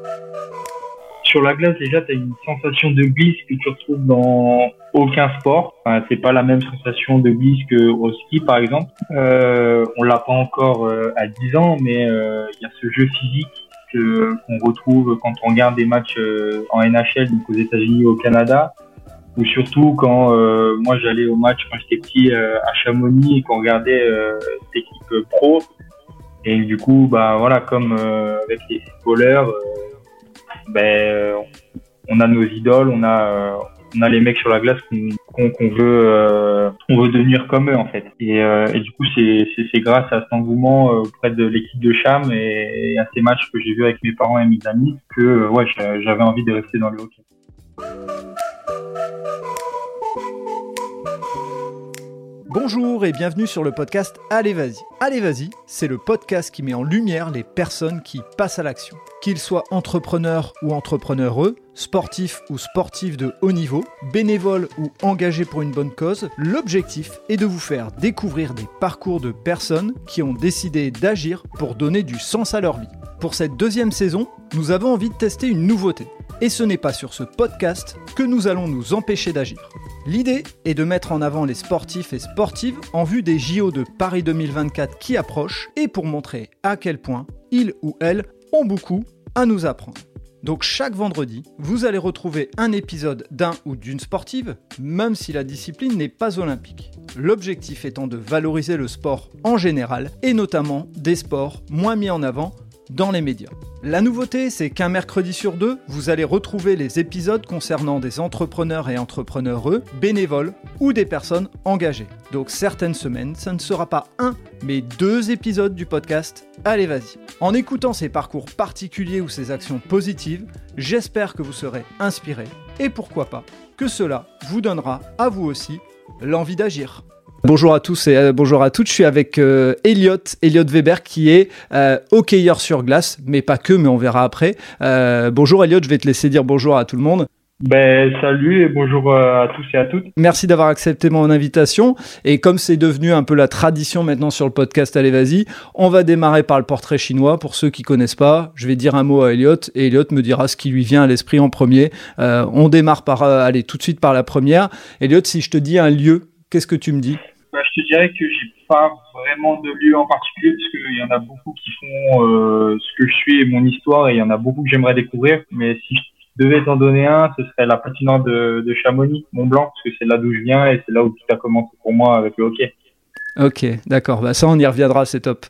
Sur la glace, déjà, tu as une sensation de glisse que tu retrouves dans aucun sport. Enfin, c'est pas la même sensation de glisse qu'au ski, par exemple. On l'a pas encore à 10 ans, mais il y a ce jeu physique qu'on retrouve quand on regarde des matchs en NHL, donc aux États-Unis ou au Canada, ou surtout quand moi j'allais au match quand j'étais petit à Chamonix et qu'on regardait cette équipe pro. Et du coup, bah voilà, comme avec les footballeurs, on a nos idoles, on a les mecs sur la glace qu'on veut devenir comme eux en fait. Et du coup, c'est grâce à cet engouement auprès de l'équipe de Cham et à ces matchs que j'ai vus avec mes parents et mes amis que j'avais envie de rester dans le hockey. Bonjour et bienvenue sur le podcast Allez Vas-y. Allez Vas-y, c'est le podcast qui met en lumière les personnes qui passent à l'action. Qu'ils soient entrepreneurs ou entrepreneureux, sportifs ou sportifs de haut niveau, bénévoles ou engagés pour une bonne cause, l'objectif est de vous faire découvrir des parcours de personnes qui ont décidé d'agir pour donner du sens à leur vie. Pour cette deuxième saison, nous avons envie de tester une nouveauté. Et ce n'est pas sur ce podcast que nous allons nous empêcher d'agir. L'idée est de mettre en avant les sportifs et sportives en vue des JO de Paris 2024 qui approchent et pour montrer à quel point ils ou elles ont beaucoup à nous apprendre. Donc chaque vendredi, vous allez retrouver un épisode d'un ou d'une sportive, même si la discipline n'est pas olympique. L'objectif étant de valoriser le sport en général et notamment des sports moins mis en avant dans les médias. La nouveauté, c'est qu'un mercredi sur deux, vous allez retrouver les épisodes concernant des entrepreneurs et entrepreneureux, bénévoles ou des personnes engagées. Donc certaines semaines, ça ne sera pas un, mais 2 épisodes du podcast Allez Vas-y. En écoutant ces parcours particuliers ou ces actions positives, j'espère que vous serez inspirés et pourquoi pas, que cela vous donnera à vous aussi l'envie d'agir. Bonjour à tous et bonjour à toutes, je suis avec Elliot Weber qui est hockeyeur sur glace, mais pas que, mais on verra après. Bonjour Elliot, je vais te laisser dire bonjour à tout le monde. Salut et bonjour à tous et à toutes. Merci d'avoir accepté mon invitation et comme c'est devenu un peu la tradition maintenant sur le podcast Allez Vas-y, on va démarrer par le portrait chinois. Pour ceux qui connaissent pas, je vais dire un mot à Elliot et Elliot me dira ce qui lui vient à l'esprit en premier. On démarre tout de suite par la première. Elliot, si je te dis un lieu, qu'est-ce que tu me dis ? Je te dirais que j'ai pas vraiment de lieu en particulier parce qu'il y en a beaucoup qui font ce que je suis et mon histoire et il y en a beaucoup que j'aimerais découvrir. Mais si je devais t'en donner un, ce serait la patinoire de Chamonix, Mont-Blanc, parce que c'est là d'où je viens et c'est là où tout a commencé pour moi avec le hockey. Ok, d'accord. Ça, on y reviendra, c'est top.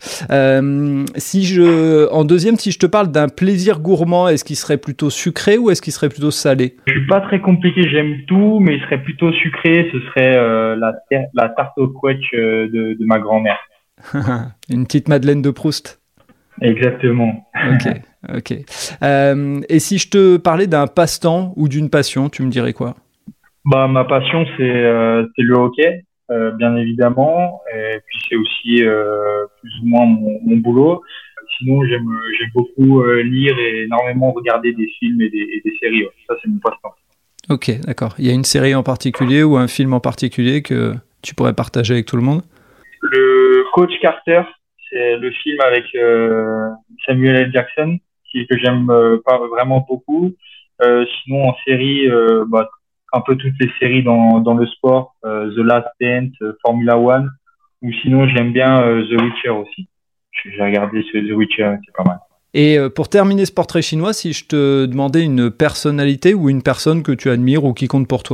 En deuxième, si je te parle d'un plaisir gourmand, est-ce qu'il serait plutôt sucré ou est-ce qu'il serait plutôt salé ? Je suis pas très compliqué, j'aime tout, mais il serait plutôt sucré. Ce serait la tarte au quetch de ma grand-mère. Une petite Madeleine de Proust. Exactement. Ok. Et si je te parlais d'un passe-temps ou d'une passion, tu me dirais quoi ? Ma passion, c'est le hockey. Bien évidemment, et puis c'est aussi plus ou moins mon boulot. Sinon, j'aime beaucoup lire et énormément regarder des films et des séries. Ouais. Ça, c'est mon passe-temps. Ok, d'accord. Il y a une série en particulier ou un film en particulier que tu pourrais partager avec tout le monde ? Le Coach Carter, c'est le film avec Samuel L. Jackson, que j'aime pas vraiment beaucoup. Sinon, en série, un peu toutes les séries dans le sport, The Last Dance, Formula One, ou sinon j'aime bien The Witcher aussi. J'ai regardé The Witcher, c'est pas mal. Et pour terminer ce portrait chinois, si je te demandais une personnalité ou une personne que tu admires ou qui compte pour toi ?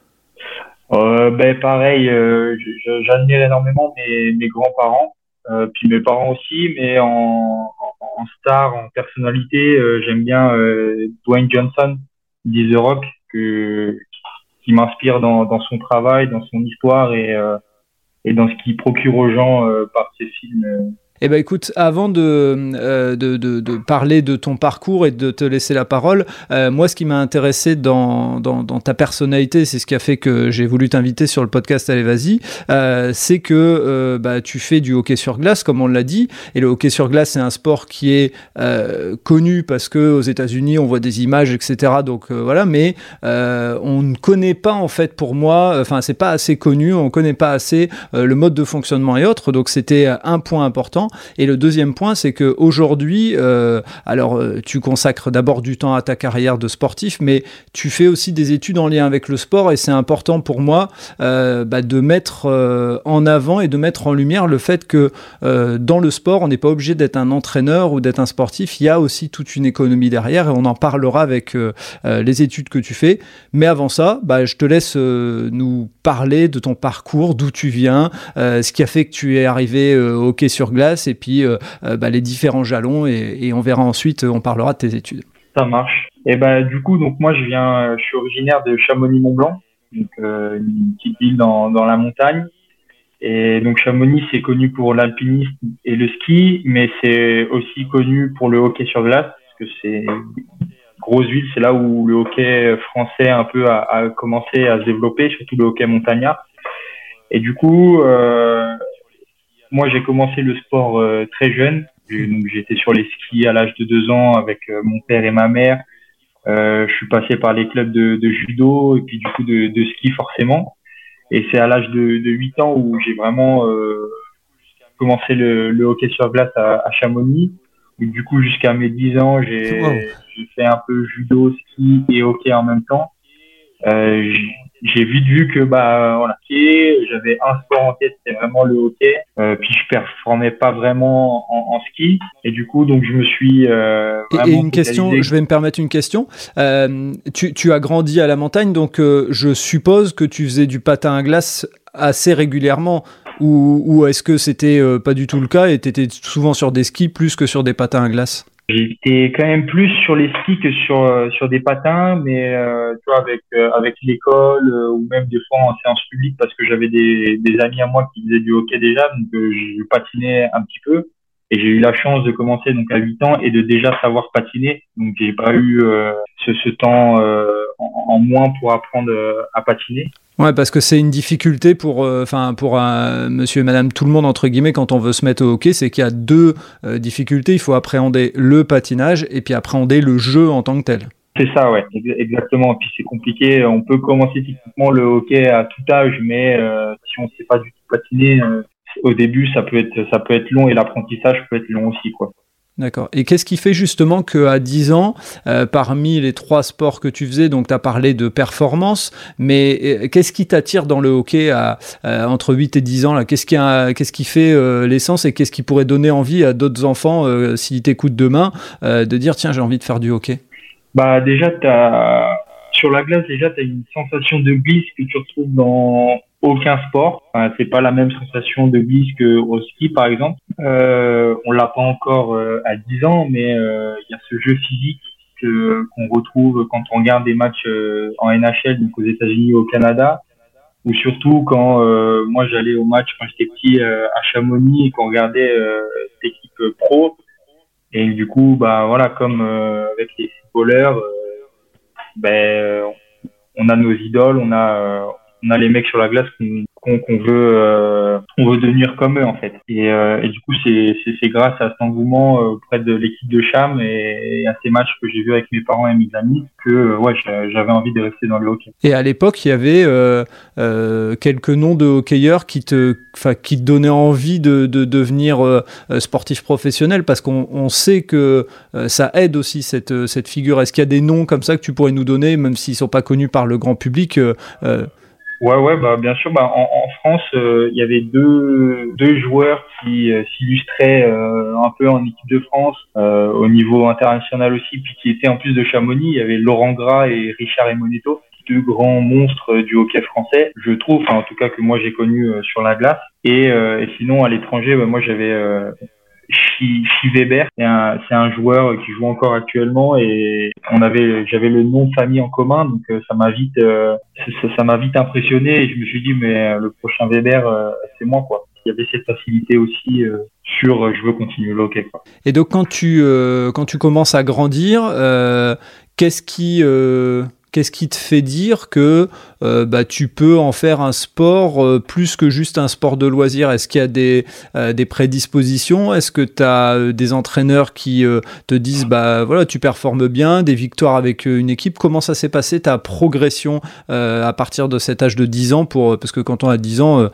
Pareil, j'admire énormément mes grands-parents, puis mes parents aussi, mais en star, en personnalité, j'aime bien Dwayne Johnson, The Rock, qui m'inspire dans son travail, dans son histoire et dans ce qu'il procure aux gens par ses films. Eh ben écoute, avant de parler de ton parcours et de te laisser la parole, moi ce qui m'a intéressé dans ta personnalité, c'est ce qui a fait que j'ai voulu t'inviter sur le podcast Allez Vas-y, c'est que tu fais du hockey sur glace comme on l'a dit, et le hockey sur glace c'est un sport qui est connu parce que aux États-Unis on voit des images etc. Donc voilà, mais on ne connaît pas en fait pour moi, enfin c'est pas assez connu, on connaît pas assez le mode de fonctionnement et autres, donc c'était un point important. Et le deuxième point, c'est qu'aujourd'hui, tu consacres d'abord du temps à ta carrière de sportif, mais tu fais aussi des études en lien avec le sport et c'est important pour moi de mettre en avant et de mettre en lumière le fait que dans le sport, on n'est pas obligé d'être un entraîneur ou d'être un sportif. Il y a aussi toute une économie derrière et on en parlera avec les études que tu fais. Mais avant ça, je te laisse nous parler de ton parcours, d'où tu viens, ce qui a fait que tu es arrivé au hockey sur glace et puis les différents jalons et on verra ensuite, on parlera de tes études. Ça marche. Et du coup, donc moi je suis originaire de Chamonix-Mont-Blanc, donc une petite ville dans la montagne. Et donc Chamonix, c'est connu pour l'alpinisme et le ski, mais c'est aussi connu pour le hockey sur glace, parce que c'est une grosse ville, c'est là où le hockey français un peu a commencé à se développer, surtout le hockey montagnard. Et du coup, moi j'ai commencé le sport très jeune. Donc j'étais sur les skis à l'âge de 2 ans avec mon père et ma mère. Je suis passé par les clubs de judo et puis du coup de ski forcément. Et c'est à l'âge de 8 ans où j'ai vraiment commencé le hockey sur glace à Chamonix. Et du coup, jusqu'à mes 10 ans, j'ai fait un peu judo, ski et hockey en même temps. J'ai vite vu que j'avais un sport en tête, c'était vraiment le hockey. Puis je performais pas vraiment en ski. Et du coup, donc je me suis vraiment et une question, je vais me permettre une question. Tu as grandi à la montagne, donc je suppose que tu faisais du patin à glace assez régulièrement. Ou est-ce que c'était pas du tout le cas et tu étais souvent sur des skis plus que sur des patins à glace? J'étais quand même plus sur les skis que sur des patins, mais tu vois, avec l'école ou même des fois en séance publique, parce que j'avais des amis à moi qui faisaient du hockey déjà, donc je patinais un petit peu. Et j'ai eu la chance de commencer donc à 8 ans et de déjà savoir patiner. Donc j'ai pas eu ce temps en moins pour apprendre à patiner. Ouais, parce que c'est une difficulté pour monsieur et madame tout le monde, entre guillemets, quand on veut se mettre au hockey, c'est qu'il y a deux difficultés. Il faut appréhender le patinage et puis appréhender le jeu en tant que tel. C'est ça, ouais, exactement. Puis c'est compliqué. On peut commencer typiquement le hockey à tout âge, mais si on ne sait pas du tout patiner, au début, ça peut être long et l'apprentissage peut être long aussi, quoi. D'accord. Et qu'est-ce qui fait justement qu'à 10 ans, parmi les 3 sports que tu faisais, donc tu as parlé de performance, mais qu'est-ce qui t'attire dans le hockey entre 8 et 10 ans là ? Qu'est-ce qui fait l'essence et qu'est-ce qui pourrait donner envie à d'autres enfants, s'ils t'écoutent demain, de dire tiens, j'ai envie de faire du hockey ? Déjà, sur la glace, tu as une sensation de glisse que tu retrouves dans aucun sport. Enfin, c'est pas la même sensation de glisse qu'au ski, par exemple. On l'a pas encore à 10 ans, mais il y a ce jeu physique qu'on retrouve quand on regarde des matchs en NHL, donc aux États-Unis, au Canada, ou surtout quand moi j'allais au match quand j'étais petit à Chamonix et qu'on regardait l'équipe pro. Et du coup, comme avec les footballeurs, on a nos idoles, on a les mecs sur la glace qu'on veut devenir comme eux en fait. Et du coup, c'est grâce à cet engouement auprès de l'équipe de Cham et à ces matchs que j'ai vus avec mes parents et mes amis que j'avais envie de rester dans le hockey. Et à l'époque, il y avait quelques noms de hockeyeurs qui te donnaient envie de devenir sportif professionnel, parce qu'on sait que ça aide aussi cette figure. Est-ce qu'il y a des noms comme ça que tu pourrais nous donner, même s'ils sont pas connus par le grand public? Ouais, bien sûr. En France, il y avait deux joueurs qui s'illustraient un peu en équipe de France, au niveau international aussi, puis qui étaient en plus de Chamonix. Il y avait Laurent Gras et Richard Emonetto, 2 grands monstres du hockey français, je trouve, en tout cas que moi j'ai connu sur la glace. Et sinon à l'étranger, moi j'avais Chi Weber, c'est un joueur qui joue encore actuellement et j'avais le nom de famille en commun, donc ça m'a vite impressionné et je me suis dit mais le prochain Weber c'est moi quoi. Il y avait cette facilité aussi sur je veux continuer le hockey quoi. Et donc quand tu commences à grandir, qu'est-ce qui qu'est-ce qui te fait dire que tu peux en faire un sport plus que juste un sport de loisir? Est-ce qu'il y a des prédispositions? Est-ce que tu as des entraîneurs qui te disent voilà, tu performes bien, des victoires avec une équipe? Comment ça s'est passé ta progression à partir de cet âge de 10 ans parce que quand on a 10 ans,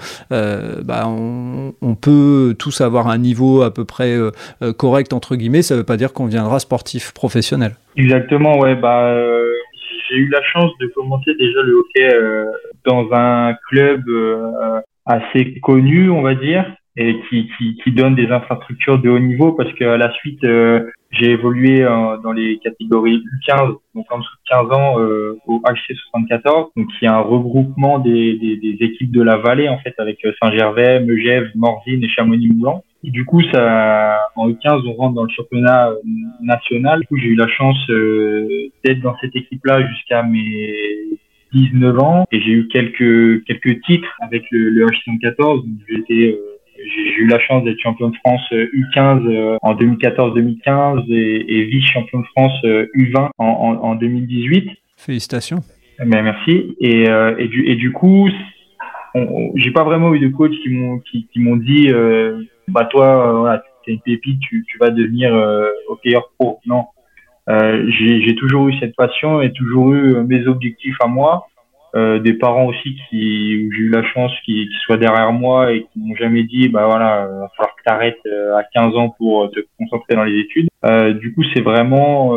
on peut tous avoir un niveau à peu près correct, entre guillemets. Ça ne veut pas dire qu'on viendra sportif professionnel. Exactement, ouais. J'ai eu la chance de commencer déjà le hockey dans un club assez connu, on va dire, et qui donne des infrastructures de haut niveau, parce qu'à la suite, j'ai évolué dans les catégories U15, donc en dessous de 15 ans, au HC 74, donc qui est un regroupement des équipes de la vallée, en fait, avec Saint-Gervais, Megève, Morzine et Chamonix-Moulan. Et du coup, en U15, on rentre dans le championnat national. Du coup, j'ai eu la chance d'être dans cette équipe-là jusqu'à mes 19 ans, et j'ai eu quelques titres avec le H74. J'ai eu la chance d'être champion de France U15 en 2014-2015 et vice-champion de France U20 en 2018. Félicitations. Mais merci. Et du coup, j'ai pas vraiment eu de coach qui m'ont dit toi voilà, t'es une pépite, tu vas devenir hockeyeur pro. Non. J'ai toujours eu cette passion et toujours eu mes objectifs à moi. Des parents aussi où j'ai eu la chance qui soient derrière moi et qui m'ont jamais dit va falloir que t'arrêtes à 15 ans pour te concentrer dans les études. Du coup, c'est vraiment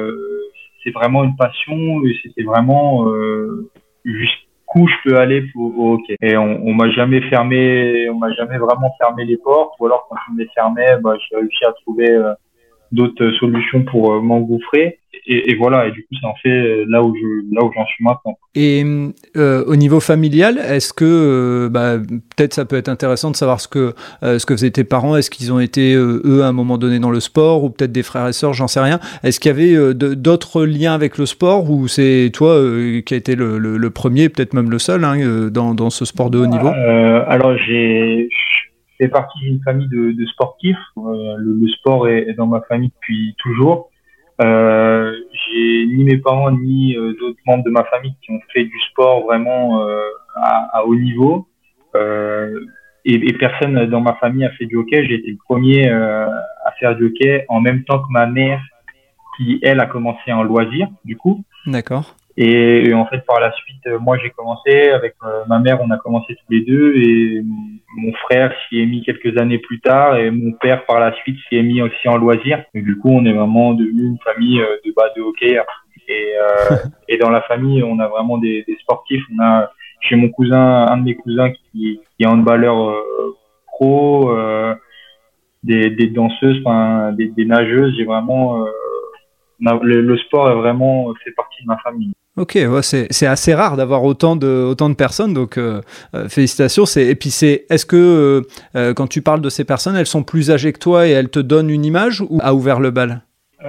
une passion, et c'était vraiment jusqu'où je peux aller au hockey. Et on m'a jamais vraiment fermé les portes, ou alors quand on les fermait, j'ai réussi à trouver d'autres solutions pour m'engouffrer, et voilà, et du coup ça en fait là où j'en suis maintenant. Et au niveau familial, est-ce que peut-être ça peut être intéressant de savoir ce que faisaient tes parents? Est-ce qu'ils ont été eux à un moment donné dans le sport, ou peut-être des frères et sœurs, j'en sais rien? Est-ce qu'il y avait d'autres liens avec le sport, ou c'est toi qui a été le premier, peut-être même le seul dans ce sport de haut niveau? Alors je fais partie d'une famille de sportifs. Le sport est dans ma famille depuis toujours. J'ai ni mes parents ni d'autres membres de ma famille qui ont fait du sport vraiment à haut niveau. Et personne dans ma famille a fait du hockey. J'ai été le premier à faire du hockey en même temps que ma mère, qui elle a commencé en loisir du coup. D'accord. Et en fait, par la suite, moi, j'ai commencé avec ma mère, on a commencé tous les deux, et mon frère s'y est mis quelques années plus tard, et mon père, par la suite, s'y est mis aussi en loisir. Et du coup, on est vraiment devenu une famille de hockey. Et dans la famille, on a vraiment des sportifs. On a chez un de mes cousins qui est handballeur pro, des danseuses, des nageuses. J'ai vraiment le sport est vraiment fait partie de ma famille. Ok, ouais, c'est assez rare d'avoir autant de personnes, donc félicitations. Est-ce que quand tu parles de ces personnes, elles sont plus âgées que toi et elles te donnent une image, ou a ouvert le bal?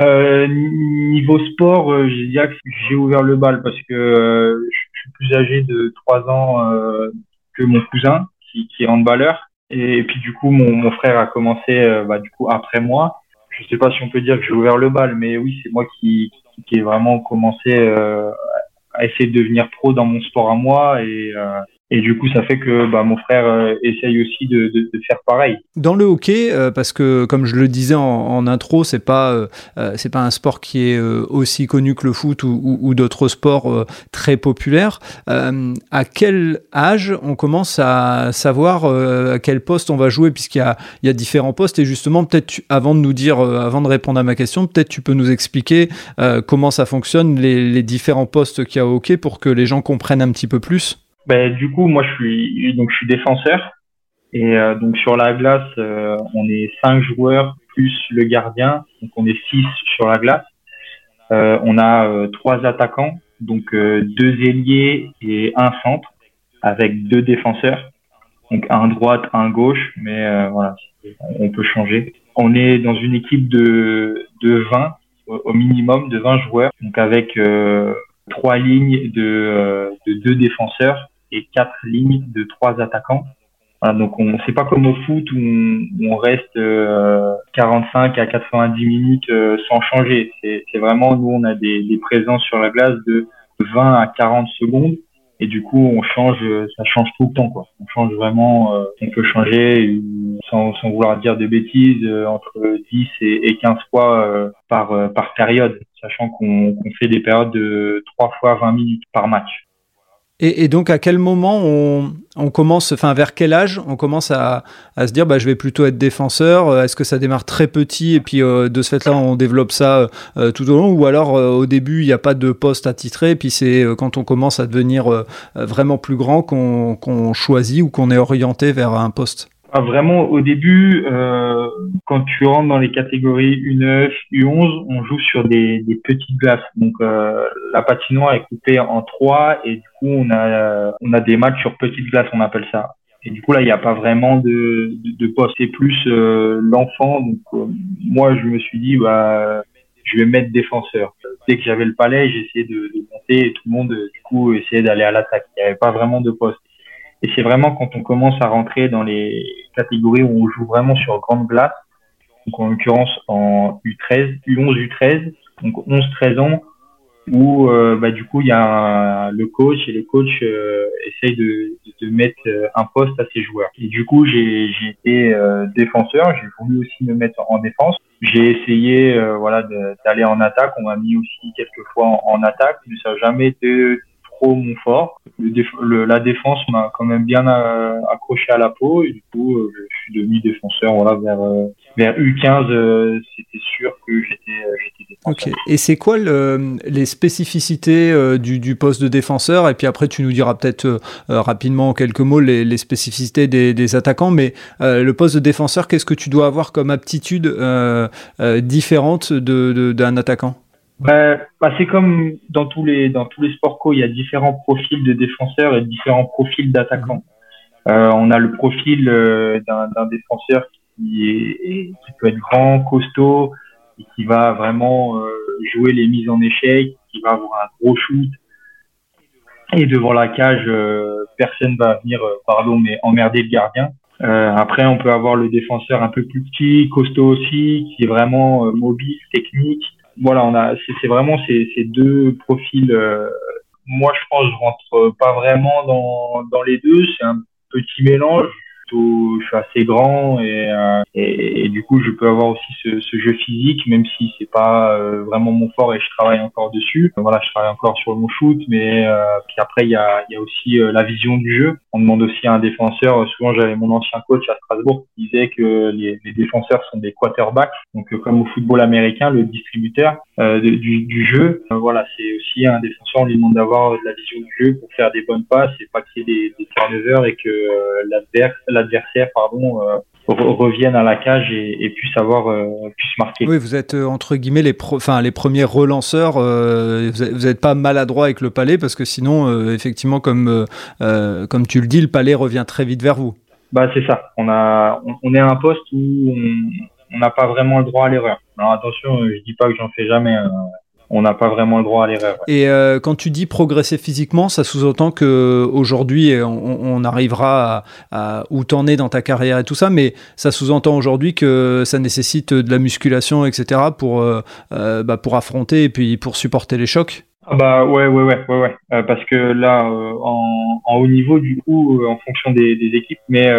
Niveau sport, je dirais que j'ai ouvert le bal, parce que je suis plus âgé de 3 ans que mon cousin qui est handballeur, et puis du coup mon frère a commencé du coup après moi. Je sais pas si on peut dire que j'ai ouvert le bal, mais oui, c'est moi qui ai vraiment commencé à essayer de devenir pro dans mon sport à moi, et du coup ça fait que mon frère essaye aussi de faire pareil. Dans le hockey, parce que comme je le disais en intro, c'est pas un sport qui est aussi connu que le foot ou d'autres sports très populaires. À quel âge on commence à savoir à quel poste on va jouer, puisqu'il y a différents postes, et justement peut-être avant de répondre à ma question, peut-être tu peux nous expliquer comment ça fonctionne, les différents postes qu'il y a au hockey, pour que les gens comprennent un petit peu plus. Du coup, moi, je suis défenseur, et donc sur la glace, on est 5 joueurs plus le gardien, donc on est 6 sur la glace. On a 3 attaquants, donc 2 ailiers et un centre, avec 2 défenseurs, donc un droite, un gauche, mais voilà, on peut changer. On est dans une équipe de 20 au minimum, de 20 joueurs, donc avec 3 lignes de 2 défenseurs et 4 lignes de 3 attaquants. Voilà, donc c'est pas comme au foot où on reste 45 à 90 minutes sans changer. C'est vraiment, nous on a des présences sur la glace de 20 à 40 secondes. Et du coup, ça change tout le temps, quoi. On change vraiment, on peut changer sans vouloir dire de bêtises, entre 10 et 15 fois par période, sachant qu'on fait des périodes de 3 fois 20 minutes par match. Et donc, à quel moment on commence, enfin, vers quel âge on commence à se dire, je vais plutôt être défenseur? Est-ce que ça démarre très petit et puis de ce fait-là, on développe ça tout au long? Ou alors, au début, il n'y a pas de poste attitré, et puis c'est quand on commence à devenir vraiment plus grand qu'on choisit ou qu'on est orienté vers un poste? Vraiment, au début, quand tu rentres dans les catégories U9, U11, on joue sur des petites glaces. Donc, la patinoire est coupée en trois et du coup, on a des matchs sur petites glaces, on appelle ça. Et du coup, là, il n'y a pas vraiment de poste. C'est plus l'enfant. Donc, moi, je me suis dit, je vais mettre défenseur. Dès que j'avais le palais, j'essayais de monter et tout le monde, du coup, essayait d'aller à l'attaque. Il n'y avait pas vraiment de poste. Et c'est vraiment quand on commence à rentrer dans les catégories où on joue vraiment sur grande glace, donc en l'occurrence en U13, U11, U13, donc 11-13 ans, où du coup il y a le coach et le coach essaye de mettre un poste à ses joueurs. Et du coup j'ai été défenseur, j'ai voulu aussi me mettre en défense. J'ai essayé d'aller en attaque, on m'a mis aussi quelques fois en attaque, mais ça n'a jamais été trop mon fort. La défense m'a quand même bien accroché à la peau et du coup je suis devenu défenseur. Voilà, vers U15, c'était sûr que j'étais défenseur. Ok. Et c'est quoi les spécificités du poste de défenseur? Et puis après, tu nous diras peut-être rapidement en quelques mots les spécificités des attaquants. Mais le poste de défenseur, qu'est-ce que tu dois avoir comme aptitude différente d'un attaquant? C'est comme dans tous les sports co, il y a différents profils de défenseurs et différents profils d'attaquants. On a le profil d'un défenseur qui peut être grand, costaud, et qui va vraiment jouer les mises en échec, qui va avoir un gros shoot. Et devant la cage, personne va venir, mais emmerder le gardien. Après, on peut avoir le défenseur un peu plus petit, costaud aussi, qui est vraiment mobile, technique. Voilà, c'est vraiment ces deux profils. Moi, je pense que je rentre pas vraiment dans les deux. C'est un petit mélange. Je suis assez grand et du coup, je peux avoir aussi ce jeu physique, même si c'est pas vraiment mon fort et je travaille encore dessus. Voilà, je travaille encore sur mon shoot, mais puis après, il y a aussi la vision du jeu. On demande aussi à un défenseur. Souvent, j'avais mon ancien coach à Strasbourg qui disait que les défenseurs sont des quarterbacks. Donc, comme au football américain, le distributeur du jeu. Voilà, c'est aussi un défenseur. On lui demande d'avoir de la vision du jeu pour faire des bonnes passes et pas qu'il y ait des turnovers et que l'adversaire revienne à la cage et puisse marquer. Oui, vous êtes entre guillemets les premiers relanceurs. Vous n'êtes pas maladroit avec le palais parce que sinon, effectivement, comme tu le dis, le palais revient très vite vers vous. C'est ça. On est à un poste où on n'a pas vraiment le droit à l'erreur. Alors attention, je dis pas que j'en fais jamais. On n'a pas vraiment le droit à l'erreur. Ouais. Et quand tu dis progresser physiquement, ça sous-entend qu'aujourd'hui, on arrivera à où t'en es dans ta carrière et tout ça, mais ça sous-entend aujourd'hui que ça nécessite de la musculation, etc. pour affronter et puis pour supporter les chocs. Ouais. Parce que là, en haut niveau, du coup, en fonction des équipes, mais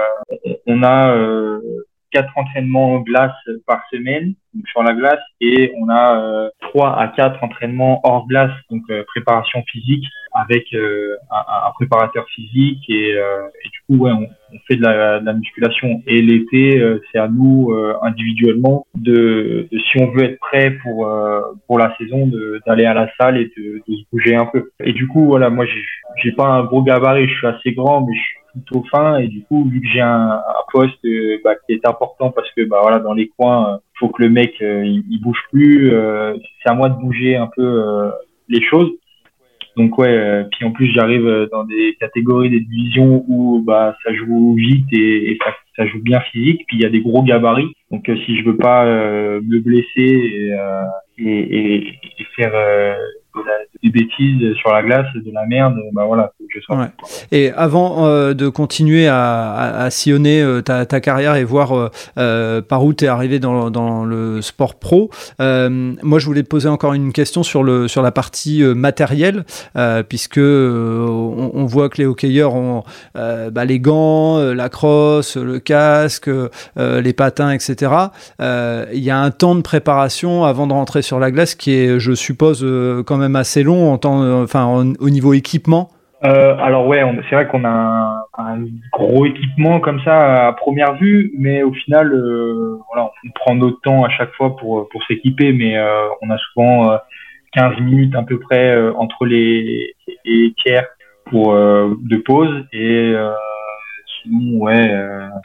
on a 4 entraînements glace par semaine, donc sur la glace, et on a 3 à 4 entraînements hors glace, donc préparation physique avec un préparateur physique et du coup on fait de la musculation. Et l'été, c'est à nous individuellement de si on veut être prêt pour la saison, d'aller à la salle et de se bouger un peu. Et du coup voilà, moi j'ai pas un gros gabarit, je suis assez grand, mais je suis plutôt fin et du coup vu que j'ai un poste qui est important parce que dans les coins faut que le mec il bouge plus, c'est à moi de bouger un peu les choses. Donc puis en plus j'arrive dans des catégories, des divisions où ça joue vite et ça joue bien physique, puis il y a des gros gabarits, donc si je veux pas me blesser et faire des bêtises sur la glace, de la merde, bah voilà, faut que je sorte. Ouais. Et avant de continuer à sillonner ta carrière et voir par où tu es arrivé dans le sport pro, moi je voulais te poser encore une question sur la partie matérielle, puisque on voit que les hockeyeurs ont les gants, la crosse, le casque, les patins, etc. Il y a un temps de préparation avant de rentrer sur la glace qui est, je suppose, quand même assez long au niveau équipement. Alors ouais, c'est vrai qu'on a un gros équipement comme ça à première vue, mais au final, voilà, on prend notre temps à chaque fois pour s'équiper, mais on a souvent 15 minutes à peu près entre les tiers de pause et sinon ouais,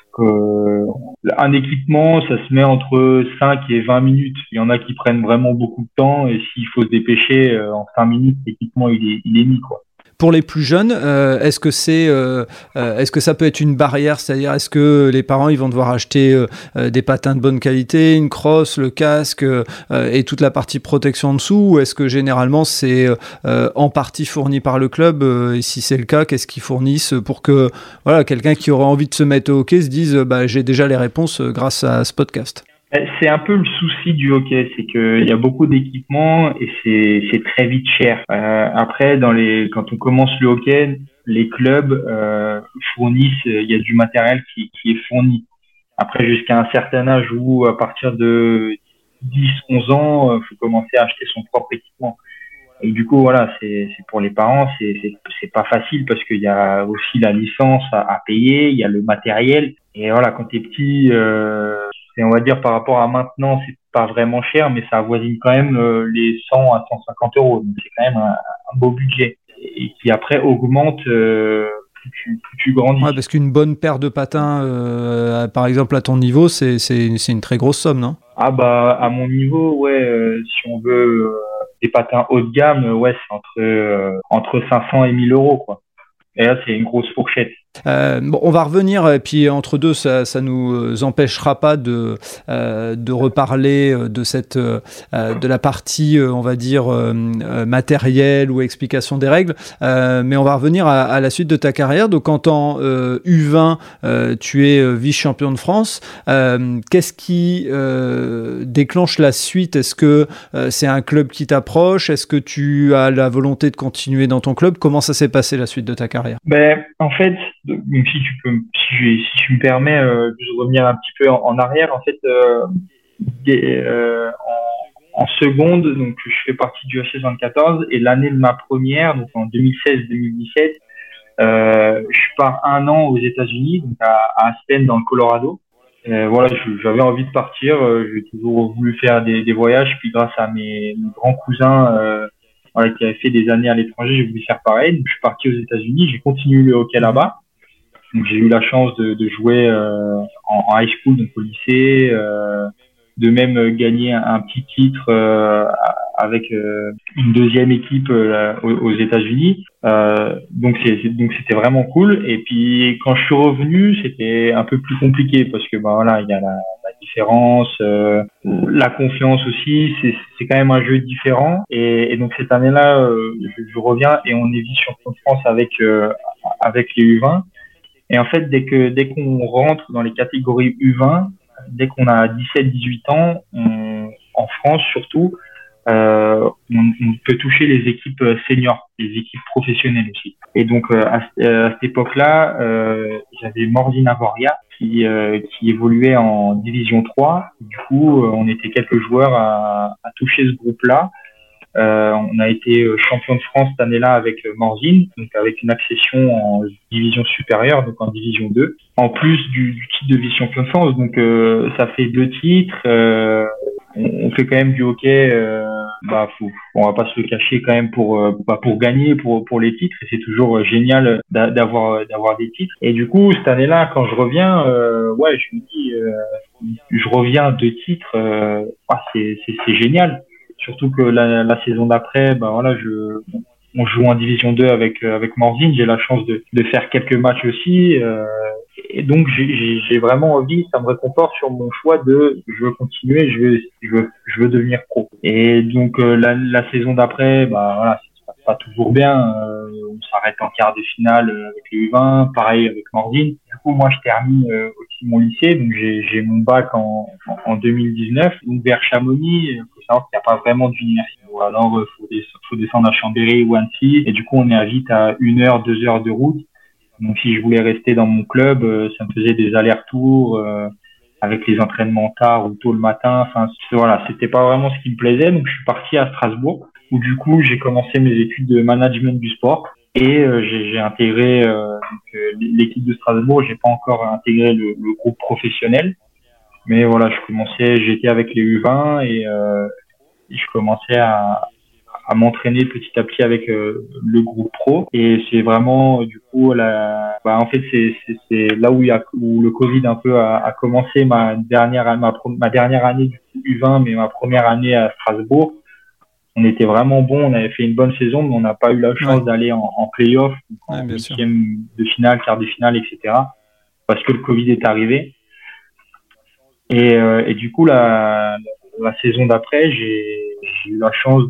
un équipement ça se met entre 5 et 20 minutes. Il y en a qui prennent vraiment beaucoup de temps et s'il faut se dépêcher en 5 minutes, l'équipement il est mis quoi. Pour les plus jeunes, est-ce que ça peut être une barrière, c'est-à-dire est-ce que les parents ils vont devoir acheter des patins de bonne qualité, une crosse, le casque et toute la partie protection en dessous, ou est-ce que généralement c'est en partie fourni par le club, et si c'est le cas, qu'est-ce qu'ils fournissent pour que voilà, quelqu'un qui aurait envie de se mettre au hockey se dise j'ai déjà les réponses grâce à ce podcast? C'est un peu le souci du hockey, c'est qu'il y a beaucoup d'équipements et c'est très vite cher. Après, quand on commence le hockey, les clubs fournissent, il y a du matériel qui est fourni. Après, jusqu'à un certain âge où, à partir de 10-11 ans, faut commencer à acheter son propre équipement. Et du coup, voilà, c'est pour les parents, c'est pas facile parce qu'il y a aussi la licence à payer, il y a le matériel. Et voilà, quand t'es petit, et on va dire par rapport à maintenant, c'est pas vraiment cher, mais ça avoisine quand même les 100 à 150 euros. Donc c'est quand même un beau budget et qui après augmente plus tu grandis. Ouais, parce qu'une bonne paire de patins, par exemple à ton niveau, c'est une très grosse somme, non? Ah bah à mon niveau, ouais, si on veut des patins haut de gamme, ouais, c'est entre 500 et 1000 euros quoi. Et là, c'est une grosse fourchette. On va revenir, et puis entre deux, ça nous empêchera pas de reparler de la partie, on va dire, matérielle ou explication des règles. Mais on va revenir à la suite de ta carrière. Donc, en tant U20, tu es vice-champion de France. Qu'est-ce qui déclenche la suite? Est-ce que c'est un club qui t'approche? Est-ce que tu as la volonté de continuer dans ton club? Comment ça s'est passé la suite de ta carrière? Ben, en fait, donc si tu me permets de revenir un petit peu en arrière, en fait, en seconde, donc je fais partie du HC74 et l'année de ma première, donc en 2016-2017, je pars un an aux États-Unis, donc à Aspen dans le Colorado. Voilà, j'avais envie de partir, j'ai toujours voulu faire des voyages, puis grâce à mes grands cousins voilà, qui avaient fait des années à l'étranger, j'ai voulu faire pareil. Donc je suis parti aux États-Unis, j'ai continué le hockey là-bas. Donc j'ai eu la chance de jouer en high school, donc au lycée, de même gagner un petit titre avec une deuxième équipe aux États-Unis. Donc c'était vraiment cool. Et puis quand je suis revenu, c'était un peu plus compliqué parce que bah voilà, il y a la différence, la confiance aussi. C'est quand même un jeu différent. Et donc cette année-là, je reviens et on est vice-champion de France avec les U20. Et en fait, dès qu'on rentre dans les catégories U20, dès qu'on a 17-18 ans, en France surtout, on peut toucher les équipes seniors, les équipes professionnelles aussi. Et donc à cette époque-là, j'avais Morzine Avoria qui évoluait en division 3. Du coup, on était quelques joueurs à toucher ce groupe-là. On a été champion de France cette année-là avec Morzine, donc avec une accession en division supérieure, donc en division 2, en plus du titre de vice-champion de France. Donc ça fait 2 titres. On fait quand même du hockey. On va pas se le cacher quand même pour gagner pour les titres. Et c'est toujours génial d'avoir des titres. Et du coup cette année-là, quand je reviens, je me dis, je reviens 2 titres. C'est génial. Surtout que la saison d'après, on joue en division 2 avec Morzine. J'ai la chance de faire quelques matchs aussi. Et donc j'ai vraiment envie, ça me réconforte sur mon choix de je veux continuer, je veux devenir pro. Et donc la saison d'après, bah voilà, ça se passe pas toujours bien. On s'arrête en quart de finale avec les U20, pareil avec Mordine. Du coup moi je termine aussi mon lycée, donc j'ai mon bac en 2019. Donc vers Chamonix, il faut savoir qu'il n'y a pas vraiment d'université. Ou alors faut descendre à Chambéry ou Annecy. Et du coup on est à vite à 1 heure, 2 heures de route. Donc si je voulais rester dans mon club, ça me faisait des allers-retours avec les entraînements tard ou tôt le matin. Enfin voilà, c'était pas vraiment ce qui me plaisait. Donc je suis parti à Strasbourg où du coup j'ai commencé mes études de management du sport et j'ai intégré l'équipe de Strasbourg. J'ai pas encore intégré le groupe professionnel, mais voilà, j'étais avec les U20 et je commençais à m'entraîner petit à petit avec le groupe pro et c'est vraiment du coup en fait c'est là où le Covid un peu a commencé ma dernière année du coup U20 mais ma première année à Strasbourg. On était vraiment bon, on avait fait une bonne saison mais on n'a pas eu la chance d'aller en play-off, en huitième de finale, quart de finale, etc. parce que le Covid est arrivé et du coup la saison d'après j'ai eu la chance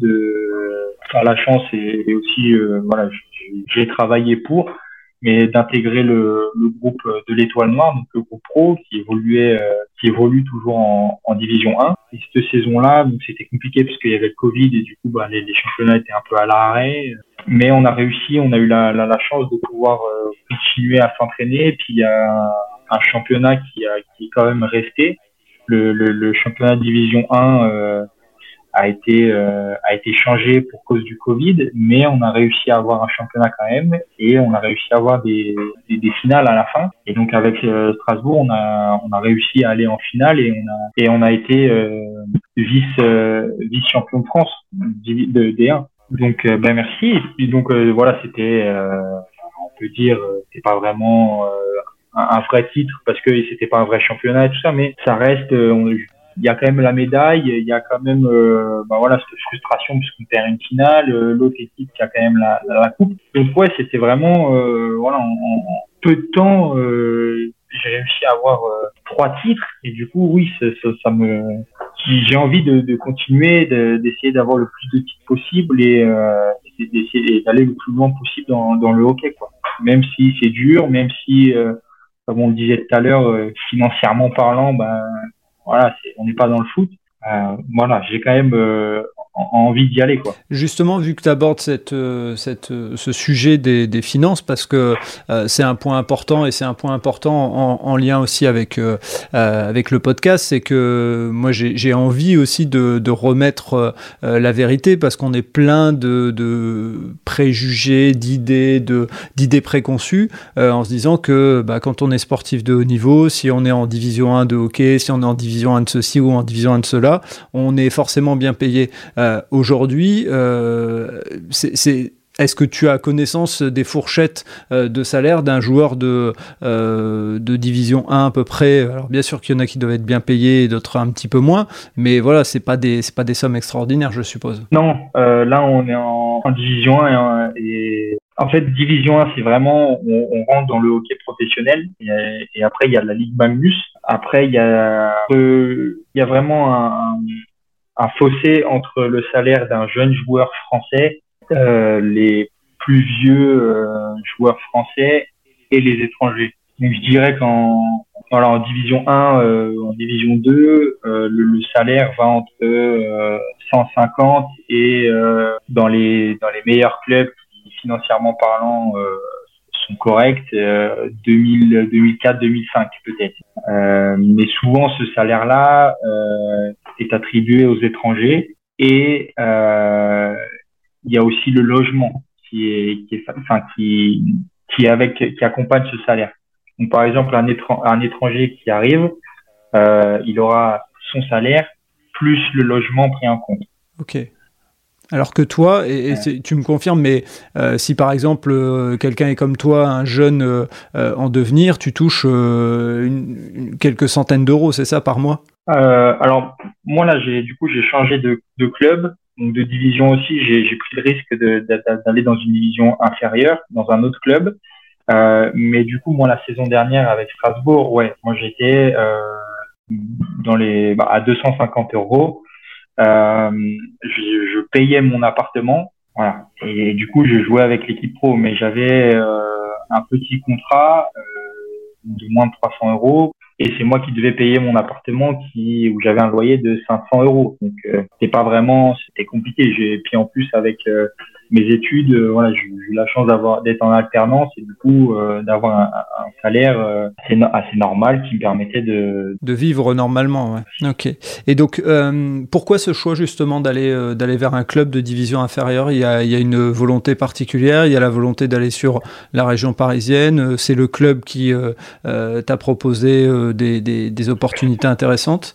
et aussi voilà j'ai travaillé mais d'intégrer le groupe de l'Étoile Noire, donc le groupe pro qui évolue toujours en division 1. Et cette saison-là, donc c'était compliqué parce qu'il y avait le Covid et du coup les championnats étaient un peu à l'arrêt. Mais on a eu la chance de pouvoir continuer à s'entraîner. Et puis il y a un championnat qui est quand même resté. Le championnat de division 1 a été changé pour cause du Covid, mais on a réussi à avoir un championnat quand même et on a réussi à avoir des finales à la fin. Et donc avec Strasbourg, on a réussi à aller en finale et on a été vice champion de France de D1. Donc merci. Et puis donc voilà, c'était on peut dire c'est pas vraiment un vrai titre parce que c'était pas un vrai championnat et tout ça, mais ça reste il y a quand même la médaille, il y a quand même cette frustration puisqu'on perd une finale, l'autre équipe qui a quand même la coupe. Donc ouais, c'était vraiment en peu de temps j'ai réussi à avoir 3 titres et du coup oui j'ai envie de continuer d'essayer d'avoir le plus de titres possible et d'essayer d'aller le plus loin possible dans le hockey quoi. Même si c'est dur, même si comme on le disait tout à l'heure financièrement parlant voilà, on n'est pas dans le foot. Voilà, j'ai quand même envie d'y aller, quoi. Justement, vu que tu abordes ce sujet des finances, parce que c'est un point important et c'est un point important en lien aussi avec le podcast, c'est que moi j'ai envie aussi de remettre la vérité parce qu'on est plein de préjugés, d'idées préconçues en se disant que quand on est sportif de haut niveau, si on est en division 1 de hockey, si on est en division 1 de ceci ou en division 1 de cela, on est forcément bien payé. Aujourd'hui, est-ce que tu as connaissance des fourchettes de salaire d'un joueur de division 1 à peu près? Alors bien sûr qu'il y en a qui doivent être bien payés et d'autres un petit peu moins, mais voilà, c'est pas des sommes extraordinaires, je suppose. Non, là on est en division 1 et en fait division 1 c'est vraiment on rentre dans le hockey professionnel et après il y a la Ligue Magnus. Après il y a vraiment un fossé entre le salaire d'un jeune joueur français, les plus vieux joueurs français et les étrangers. Donc je dirais en division 1, en division 2, le salaire va entre 150 et dans les meilleurs clubs qui financièrement parlant sont corrects, 2004, 2005 peut-être. Mais souvent ce salaire-là est attribué aux étrangers et il y a aussi le logement qui accompagne ce salaire. Donc par exemple un étranger qui arrive, il aura son salaire plus le logement pris en compte. Ok. Alors que toi, tu me confirmes, mais si par exemple quelqu'un est comme toi, un jeune en devenir, tu touches quelques centaines d'euros, c'est ça, par mois? Alors moi là, j'ai changé de club, donc de division aussi. J'ai pris le risque d'aller dans une division inférieure, dans un autre club. Mais du coup, moi, la saison dernière avec Strasbourg, ouais, moi j'étais à 250 euros. Je payais mon appartement, voilà. Et du coup, je jouais avec l'équipe pro, mais j'avais un petit contrat de moins de 300 euros. Et c'est moi qui devais payer mon appartement où j'avais un loyer de 500 euros. Donc, c'était compliqué. Puis en plus, avec mes études, voilà, j'ai eu la chance d'être en alternance et du coup, d'avoir un salaire assez normal qui me permettait de vivre normalement, ouais. Ok. Et donc, pourquoi ce choix justement d'aller vers un club de division inférieure? Il y a une volonté particulière, il y a la volonté d'aller sur la région parisienne, c'est le club qui t'a proposé des opportunités intéressantes?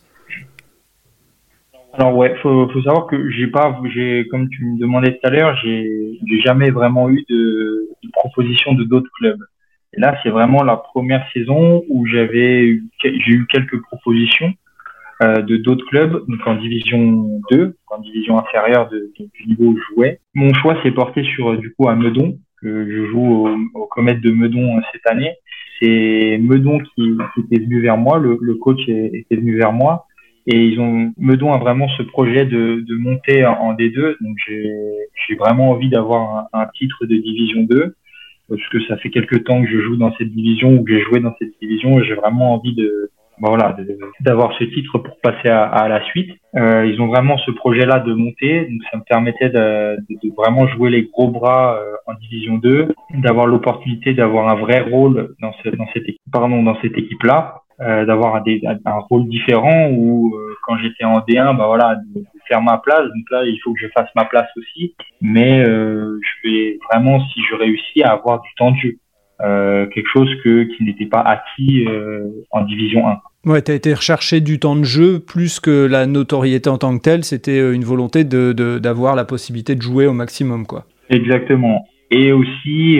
Alors ouais, faut savoir que comme tu me demandais tout à l'heure, j'ai jamais vraiment eu de proposition de d'autres clubs. Et là, c'est vraiment la première saison où j'ai eu quelques propositions de d'autres clubs, donc en division 2, en division inférieure du niveau où je jouais. Mon choix s'est porté sur du coup à Meudon, que je joue au Comète de Meudon cette année. C'est Meudon qui était venu vers moi, le coach était venu vers moi. Et Meudon a vraiment ce projet de monter en D2. Donc, j'ai vraiment envie d'avoir un titre de division 2 parce que ça fait quelques temps que je joue dans cette division ou que j'ai joué dans cette division et j'ai vraiment envie d'avoir ce titre pour passer à la suite. Ils ont vraiment ce projet-là de monter. Donc, ça me permettait de vraiment jouer les gros bras en division 2, d'avoir l'opportunité d'avoir un vrai rôle dans cette équipe-là. D'avoir un rôle différent où quand j'étais en D1 de faire ma place, donc là il faut que je fasse ma place aussi, mais je vais vraiment, si je réussis, à avoir du temps de jeu, quelque chose qui n'était pas acquis en division 1. Ouais, tu as été rechercher du temps de jeu plus que la notoriété en tant que telle, c'était une volonté d'avoir la possibilité de jouer au maximum, quoi. Exactement. Et aussi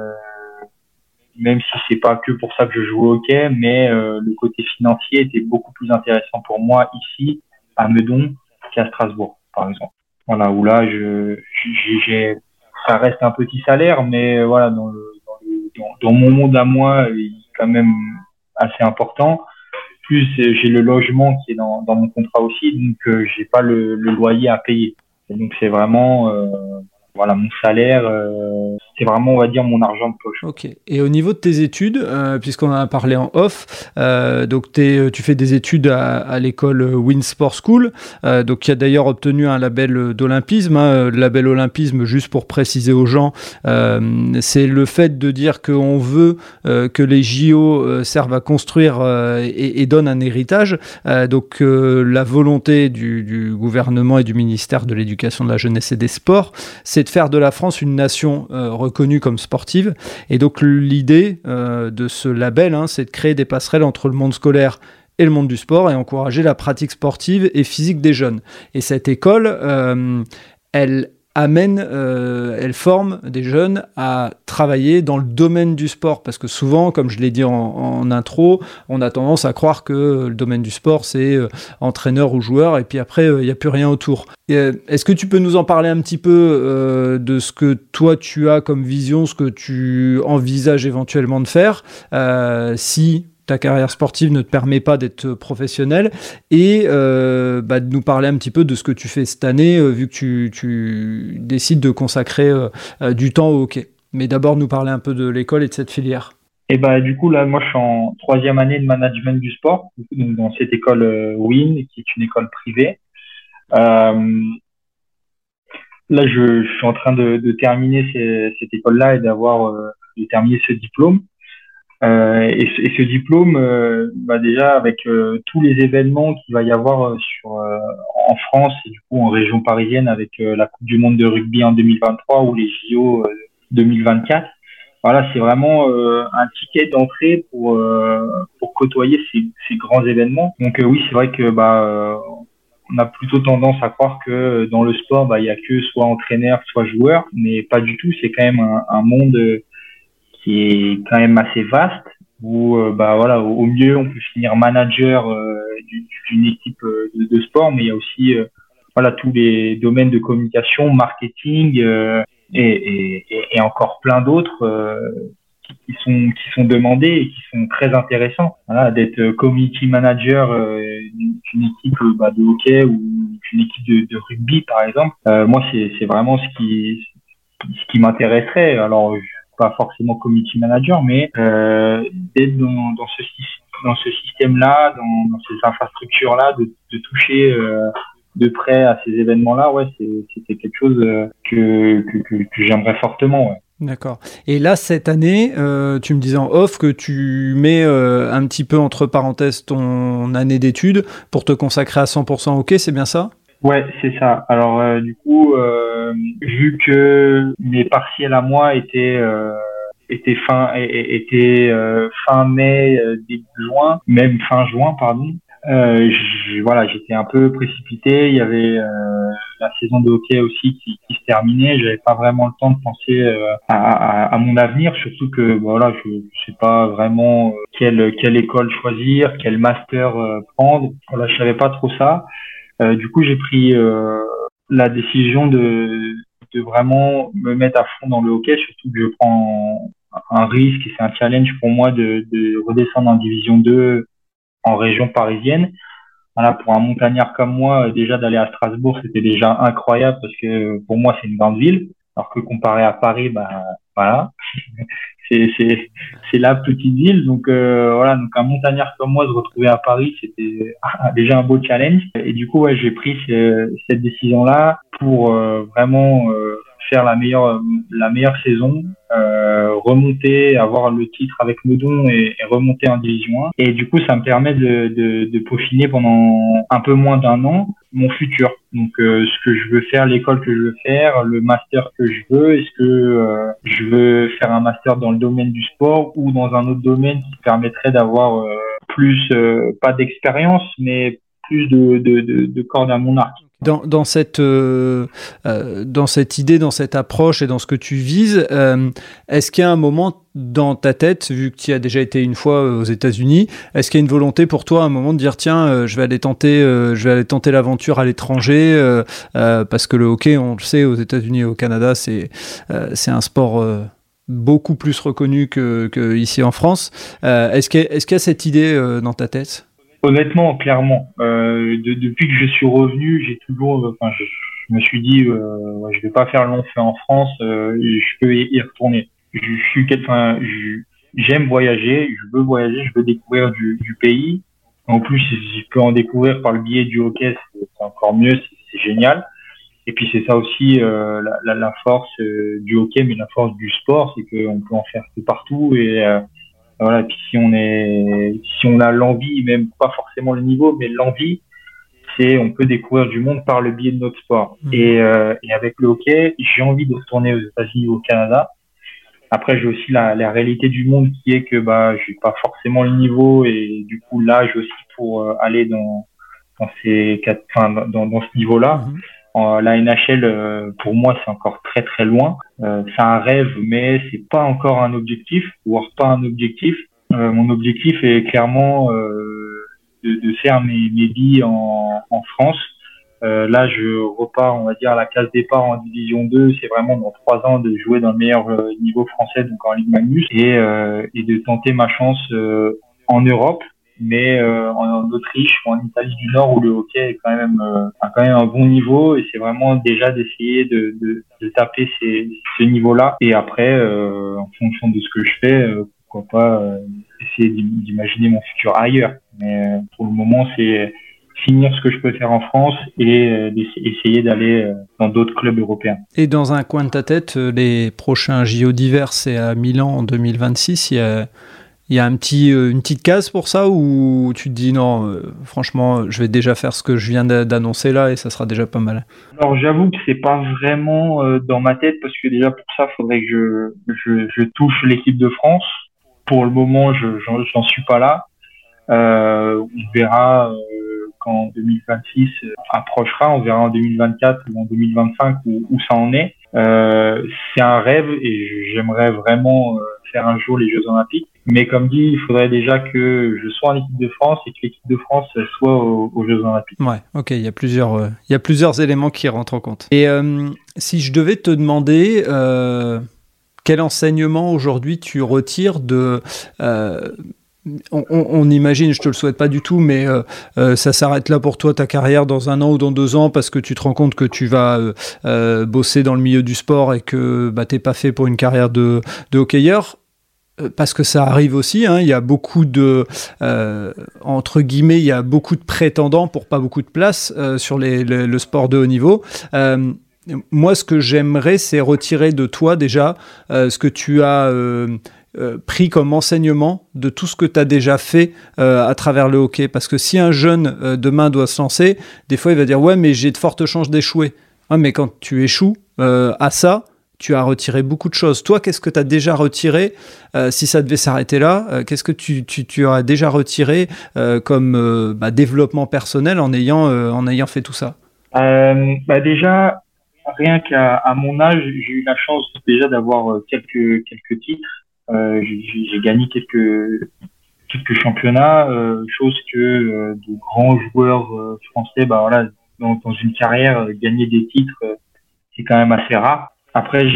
même si c'est pas que pour ça que je joue au hockey, mais le côté financier était beaucoup plus intéressant pour moi ici, à Meudon, qu'à Strasbourg, par exemple. Voilà, où là, ça reste un petit salaire, mais voilà, dans mon monde à moi, il est quand même assez important. Plus, j'ai le logement qui est dans mon contrat aussi, donc j'ai pas le loyer à payer. Et donc c'est vraiment mon salaire, c'est vraiment, on va dire, mon argent de poche. Ok. Et au niveau de tes études, puisqu'on en a parlé en off, donc tu fais des études à l'école Win Sport School, donc qui a d'ailleurs obtenu un label d'olympisme. Le label olympisme, juste pour préciser aux gens, c'est le fait de dire qu'on veut que les JO servent à construire et donnent un héritage. Donc la volonté du gouvernement et du ministère de l'Éducation, de la Jeunesse et des Sports, c'est de faire de la France une nation reconnue comme sportive. Et donc l'idée de ce label, c'est de créer des passerelles entre le monde scolaire et le monde du sport et encourager la pratique sportive et physique des jeunes. Et cette école, elle forme des jeunes à travailler dans le domaine du sport, parce que souvent, comme je l'ai dit en intro, on a tendance à croire que le domaine du sport, c'est entraîneur ou joueur, et puis après, il n'y a plus rien autour. Est-ce que tu peux nous en parler un petit peu de ce que toi, tu as comme vision, ce que tu envisages éventuellement de faire, si ta carrière sportive ne te permet pas d'être professionnel, et de nous parler un petit peu de ce que tu fais cette année, vu que tu décides de consacrer du temps au hockey. Mais d'abord, nous parler un peu de l'école et de cette filière. Et du coup, là, moi, je suis en 3e année de management du sport, donc dans cette école WIN, qui est une école privée. Là, je suis en train de terminer cette école-là et de terminer ce diplôme. Et ce diplôme, déjà avec tous les événements qu'il va y avoir en France et du coup en région parisienne avec la Coupe du Monde de rugby en 2023 ou les JO 2024. Voilà, c'est vraiment un ticket d'entrée pour côtoyer ces grands événements. Donc oui, c'est vrai que on a plutôt tendance à croire que dans le sport, il y a que soit entraîneur, soit joueur, mais pas du tout. C'est quand même un monde qui est quand même assez vaste, où au mieux on peut finir manager d'une équipe de sport, mais il y a aussi tous les domaines de communication, marketing et encore plein d'autres qui sont demandés et qui sont très intéressants. Voilà, d'être community manager d'une équipe de hockey ou d'une équipe de rugby par exemple. Moi c'est vraiment ce qui m'intéresserait. Alors je suis pas forcément community manager, mais d'être dans ce système-là, dans ces infrastructures-là, de toucher de près à ces événements-là, ouais, c'était quelque chose que j'aimerais fortement, ouais. D'accord. Et là, cette année, tu me disais en off que tu mets un petit peu entre parenthèses ton année d'études pour te consacrer à 100% au hockey, c'est bien ça? Ouais, c'est ça. Alors, du coup, vu que mes partiels à moi étaient fin mai, début juin, même fin juin, pardon. Voilà, j'étais un peu précipité. Il y avait la saison de hockey aussi qui se terminait. J'avais pas vraiment le temps de penser à mon avenir, surtout que voilà, je sais pas vraiment quelle école choisir, quel master prendre. Voilà, je savais pas trop ça. Du coup, j'ai pris la décision de vraiment me mettre à fond dans le hockey, surtout que je prends un risque et c'est un challenge pour moi de redescendre en division 2 en région parisienne. Voilà, pour un montagnard comme moi, déjà d'aller à Strasbourg, c'était déjà incroyable parce que pour moi, c'est une grande ville. Alors que comparé à Paris, bah voilà, c'est la petite ville. Donc voilà, donc un montagnard comme moi se retrouver à Paris, c'était déjà un beau challenge. Et du coup, ouais, j'ai pris cette décision-là pour vraiment faire la meilleure saison, remonter, avoir le titre avec Meudon et remonter en division 1. Et du coup, ça me permet de peaufiner pendant un peu moins d'un an mon futur. Donc, ce que je veux faire, l'école que je veux faire, le master que je veux, est-ce que je veux faire un master dans le domaine du sport ou dans un autre domaine qui permettrait d'avoir plus, pas d'expérience, mais plus de cordes à mon arc. Dans cette idée, dans cette approche et dans ce que tu vises, est-ce qu'il y a un moment dans ta tête, vu que tu y as déjà été une fois aux États-Unis, est-ce qu'il y a une volonté pour toi à un moment de dire tiens, je vais aller tenter l'aventure à l'étranger parce que le hockey, on le sait, aux États-Unis et au Canada, c'est un sport beaucoup plus reconnu que ici en France. Est-ce qu'il y a cette idée dans ta tête? Honnêtement, clairement, depuis que je suis revenu, j'ai toujours, je me suis dit, ouais, je vais pas faire long feu en France, je peux y retourner. J'aime voyager, je veux découvrir du pays. En plus, si je peux en découvrir par le biais du hockey, c'est encore mieux, c'est génial. Et puis c'est ça aussi la force du hockey, mais la force du sport, c'est qu'on peut en faire de partout et voilà, puis si on a l'envie, même pas forcément le niveau, mais l'envie, on peut découvrir du monde par le biais de notre sport. Et avec le hockey, j'ai envie de retourner aux États-Unis ou au Canada. Après, j'ai aussi la réalité du monde qui est que j'ai pas forcément le niveau et du coup l'âge aussi pour aller dans ce niveau-là. La NHL, pour moi, c'est encore très très loin. C'est un rêve, mais c'est pas encore un objectif, voire pas un objectif. Mon objectif est clairement de faire mes billes en France. Là, je repars, on va dire, à la case départ en Division 2. C'est vraiment dans 3 ans de jouer dans le meilleur niveau français, donc en Ligue Magnus, et de tenter ma chance en Europe. Mais en Autriche ou en Italie du Nord où le hockey est quand même a quand même un bon niveau et c'est vraiment déjà d'essayer de taper ce niveau-là et après en fonction de ce que je fais pourquoi pas essayer d'imaginer mon futur ailleurs, mais pour le moment c'est finir ce que je peux faire en France et essayer d'aller dans d'autres clubs européens. Et dans un coin de ta tête, les prochains JO d'hiver, c'est à Milan en 2026, il y a une petite case pour ça ou tu te dis non, franchement, je vais déjà faire ce que je viens d'annoncer là et ça sera déjà pas mal? Alors j'avoue que c'est pas vraiment dans ma tête parce que déjà pour ça, faudrait que je touche l'équipe de France. Pour le moment, j'en suis pas là. On verra quand 2026 approchera, on verra en 2024 ou en 2025 où ça en est. C'est un rêve et j'aimerais vraiment faire un jour les Jeux Olympiques. Mais comme dit, il faudrait déjà que je sois en équipe de France et que l'équipe de France soit aux Jeux Olympiques. Ouais, ok, il y a plusieurs éléments qui rentrent en compte. Et si je devais te demander quel enseignement aujourd'hui tu retires de... On imagine, je te le souhaite pas du tout, mais ça s'arrête là pour toi, ta carrière, dans 1 an ou dans 2 ans, parce que tu te rends compte que tu vas bosser dans le milieu du sport et que t'es pas fait pour une carrière de hockeyeur. Parce que ça arrive aussi, hein, il y a beaucoup de, entre guillemets, il y a beaucoup de prétendants pour pas beaucoup de place sur le sport de haut niveau. Moi, ce que j'aimerais, c'est retirer de toi déjà ce que tu as pris comme enseignement de tout ce que tu as déjà fait à travers le hockey. Parce que si un jeune demain doit se lancer, des fois il va dire « Ouais, mais j'ai de fortes chances d'échouer. » Ouais, mais quand tu échoues à ça, tu as retiré beaucoup de choses. Toi, qu'est-ce que tu as déjà retiré si ça devait s'arrêter là, qu'est-ce que tu as déjà retiré comme développement personnel en ayant fait tout ça? Déjà, rien qu'à mon âge, j'ai eu la chance déjà d'avoir quelques titres. J'ai gagné quelques championnats, chose que de grands joueurs français, dans une carrière, gagner des titres, c'est quand même assez rare. Après,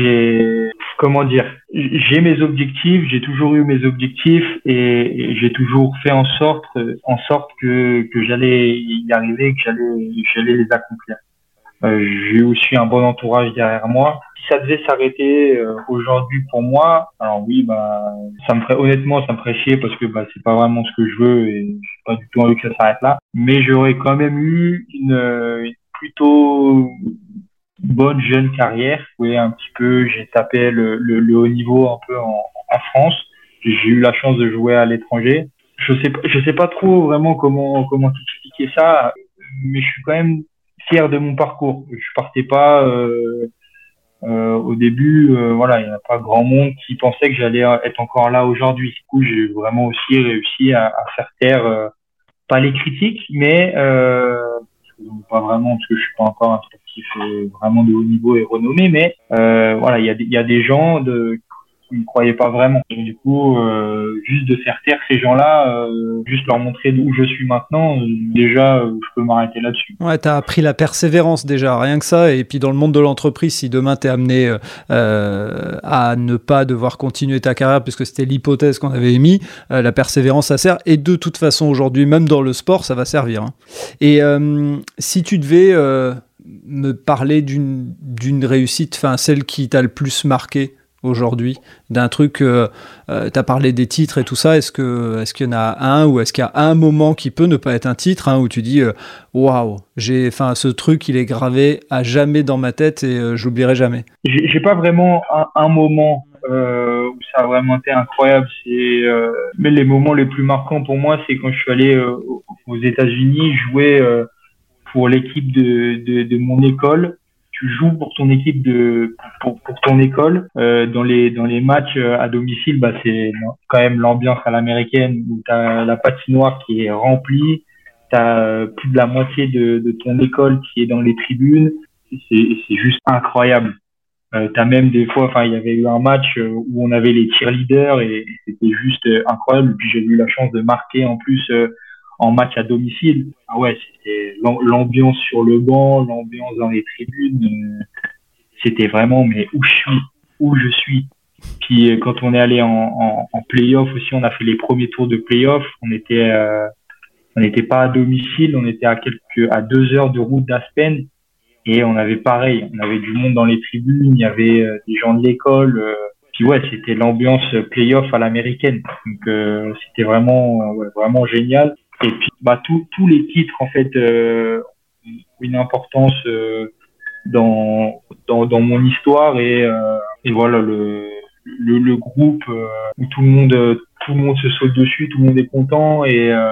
j'ai mes objectifs, j'ai toujours eu mes objectifs et j'ai toujours fait en sorte que j'allais y arriver, que j'allais les accomplir. J'ai aussi un bon entourage derrière moi. Si ça devait s'arrêter aujourd'hui pour moi, alors oui, ça me ferait chier parce que c'est pas vraiment ce que je veux et j'ai pas du tout envie que ça s'arrête là. Mais j'aurais quand même eu une plutôt bonne jeune carrière. Oui, un petit peu, j'ai tapé le haut niveau un peu en France. J'ai eu la chance de jouer à l'étranger. Je sais pas trop vraiment comment t'expliquer ça, mais je suis quand même fier de mon parcours. Je partais pas au début, il n'y a pas grand monde qui pensait que j'allais être encore là aujourd'hui. Du coup, j'ai vraiment aussi réussi à faire taire pas les critiques, mais pas vraiment parce que je suis pas encore un sportif vraiment de haut niveau et renommé, mais il y a des gens qui ne croyaient pas vraiment. Et du coup, juste de faire taire ces gens-là, juste leur montrer d'où je suis maintenant, déjà, je peux m'arrêter là-dessus. Ouais, t'as appris la persévérance déjà, rien que ça. Et puis dans le monde de l'entreprise, si demain t'es amené à ne pas devoir continuer ta carrière, puisque c'était l'hypothèse qu'on avait émise, la persévérance, ça sert. Et de toute façon, aujourd'hui, même dans le sport, ça va servir. Hein. Et si tu devais me parler d'une réussite, enfin celle qui t'a le plus marqué aujourd'hui, d'un truc, t'as parlé des titres et tout ça, est-ce qu'il y en a un, ou est-ce qu'il y a un moment qui peut ne pas être un titre, hein, où tu dis waouh, ce truc il est gravé à jamais dans ma tête et je l'oublierai jamais? J'ai pas vraiment un moment où ça a vraiment été incroyable, mais les moments les plus marquants pour moi, c'est quand je suis allé aux États-Unis jouer pour l'équipe de mon école. Tu joues pour ton équipe pour ton école dans les matchs à domicile, c'est quand même l'ambiance à l'américaine où t'as la patinoire qui est remplie, t'as plus de la moitié de ton école qui est dans les tribunes, c'est juste incroyable. T'as même des fois, il y avait eu un match où on avait les cheerleaders et c'était juste incroyable. Et puis j'ai eu la chance de marquer en plus en match à domicile. Ah ouais, c'était l'ambiance sur le banc, l'ambiance dans les tribunes. C'était vraiment, mais où je suis. Puis quand on est allé en play-off aussi, on a fait les premiers tours de play-off. On n'était pas à domicile, on était à 2 heures de route d'Aspen. Et on avait pareil, on avait du monde dans les tribunes, il y avait des gens de l'école. Puis ouais, c'était l'ambiance play-off à l'américaine. Donc c'était vraiment vraiment génial. Et puis tous les titres en fait ont une importance dans mon histoire et voilà le groupe où tout le monde se saute dessus, tout le monde est content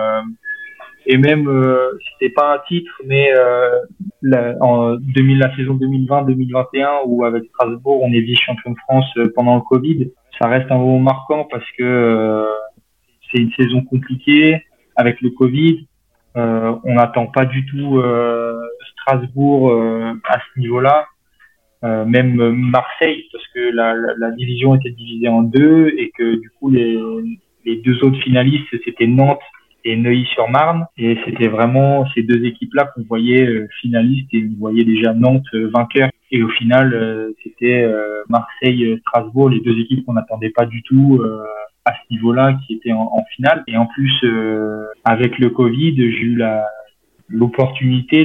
et même c'était pas un titre, mais la saison 2020-2021 où avec Strasbourg on est vice-champion de France pendant le Covid, ça reste un moment marquant parce que c'est une saison compliquée avec le Covid. On n'attend pas du tout Strasbourg à ce niveau-là. Même Marseille, parce que la division était divisée en deux et que du coup les 2 autres finalistes c'était Nantes et Neuilly-sur-Marne, et c'était vraiment ces 2 équipes-là qu'on voyait finalistes et on voyait déjà Nantes vainqueur. Et au final, c'était Marseille-Strasbourg, les deux équipes qu'on n'attendait pas du tout à ce niveau-là, qui étaient en finale. Et en plus, avec le Covid, j'ai eu l'opportunité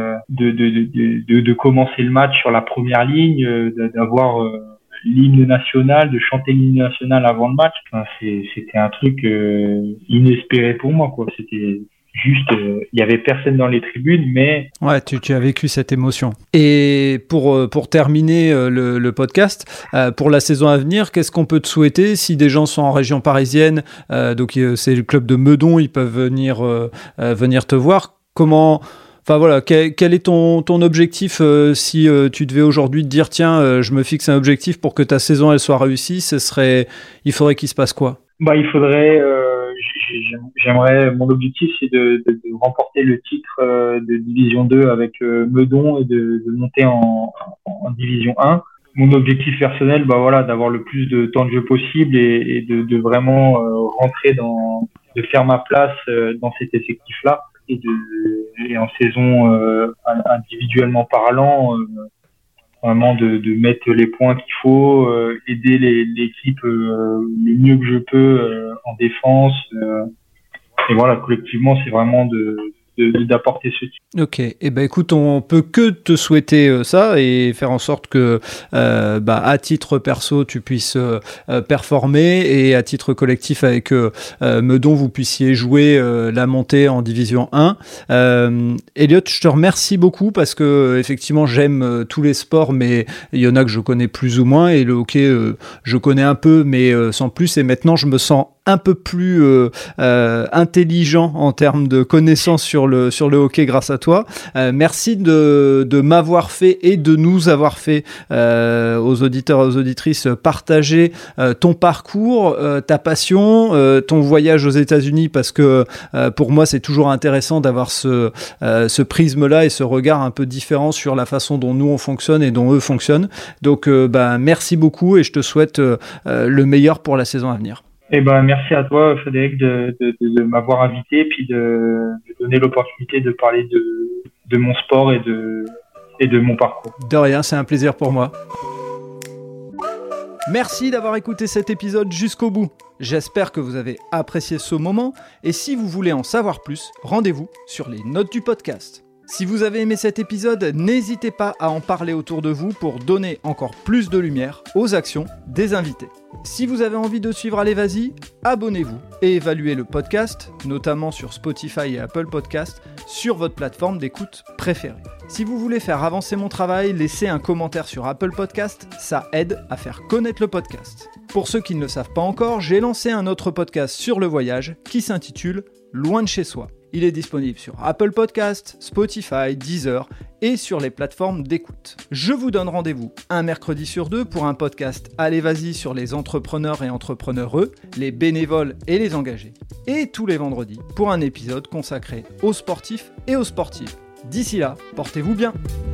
de commencer le match sur la première ligne, d'avoir l'hymne national, de chanter l'hymne national avant le match. Enfin, c'était un truc inespéré pour moi, quoi. C'était juste, il y avait personne dans les tribunes, mais... Ouais, tu as vécu cette émotion. Et pour terminer le podcast, pour la saison à venir, qu'est-ce qu'on peut te souhaiter si des gens sont en région parisienne, donc c'est le club de Meudon, ils peuvent venir te voir. Enfin voilà, quel est ton objectif si tu devais aujourd'hui te dire tiens, je me fixe un objectif pour que ta saison elle soit réussie, il faudrait qu'il se passe quoi? Il faudrait, mon objectif c'est de remporter le titre de Division 2 avec Meudon et de monter en Division 1. Mon objectif personnel, d'avoir le plus de temps de jeu possible et de vraiment rentrer de faire ma place dans cet effectif-là. Et en saison individuellement parlant, vraiment de mettre les points qu'il faut, aider l'équipe le mieux que je peux en défense. Et voilà, collectivement, c'est vraiment d'apporter ce type. Ok, écoute, on peut que te souhaiter ça et faire en sorte que à titre perso tu puisses performer et à titre collectif avec Meudon vous puissiez jouer la montée en Division 1. Elliot, je te remercie beaucoup parce que effectivement j'aime tous les sports, mais il y en a que je connais plus ou moins et le hockey je connais un peu mais sans plus, et maintenant je me sens un peu plus intelligent en termes de connaissances sur le hockey grâce à toi. Merci de m'avoir fait et de nous avoir fait aux auditeurs et aux auditrices partager ton parcours, ta passion, ton voyage aux États-Unis, parce que pour moi c'est toujours intéressant d'avoir ce prisme-là et ce regard un peu différent sur la façon dont nous on fonctionne et dont eux fonctionnent. Donc merci beaucoup et je te souhaite le meilleur pour la saison à venir. Merci à toi, Frédéric, de m'avoir invité, puis de donner l'opportunité de parler de mon sport et de mon parcours. De rien, c'est un plaisir pour moi. Merci d'avoir écouté cet épisode jusqu'au bout. J'espère que vous avez apprécié ce moment, et si vous voulez en savoir plus, rendez-vous sur les notes du podcast. Si vous avez aimé cet épisode, n'hésitez pas à en parler autour de vous pour donner encore plus de lumière aux actions des invités. Si vous avez envie de suivre Allez Vas-y, abonnez-vous et évaluez le podcast, notamment sur Spotify et Apple Podcasts, sur votre plateforme d'écoute préférée. Si vous voulez faire avancer mon travail, laissez un commentaire sur Apple Podcasts, ça aide à faire connaître le podcast. Pour ceux qui ne le savent pas encore, j'ai lancé un autre podcast sur le voyage qui s'intitule Loin de chez soi. Il est disponible sur Apple Podcasts, Spotify, Deezer et sur les plateformes d'écoute. Je vous donne rendez-vous un mercredi sur 2 pour un podcast Allez Vas-y sur les entrepreneurs et entrepreneureux, les bénévoles et les engagés. Et tous les vendredis pour un épisode consacré aux sportifs et aux sportives. D'ici là, portez-vous bien.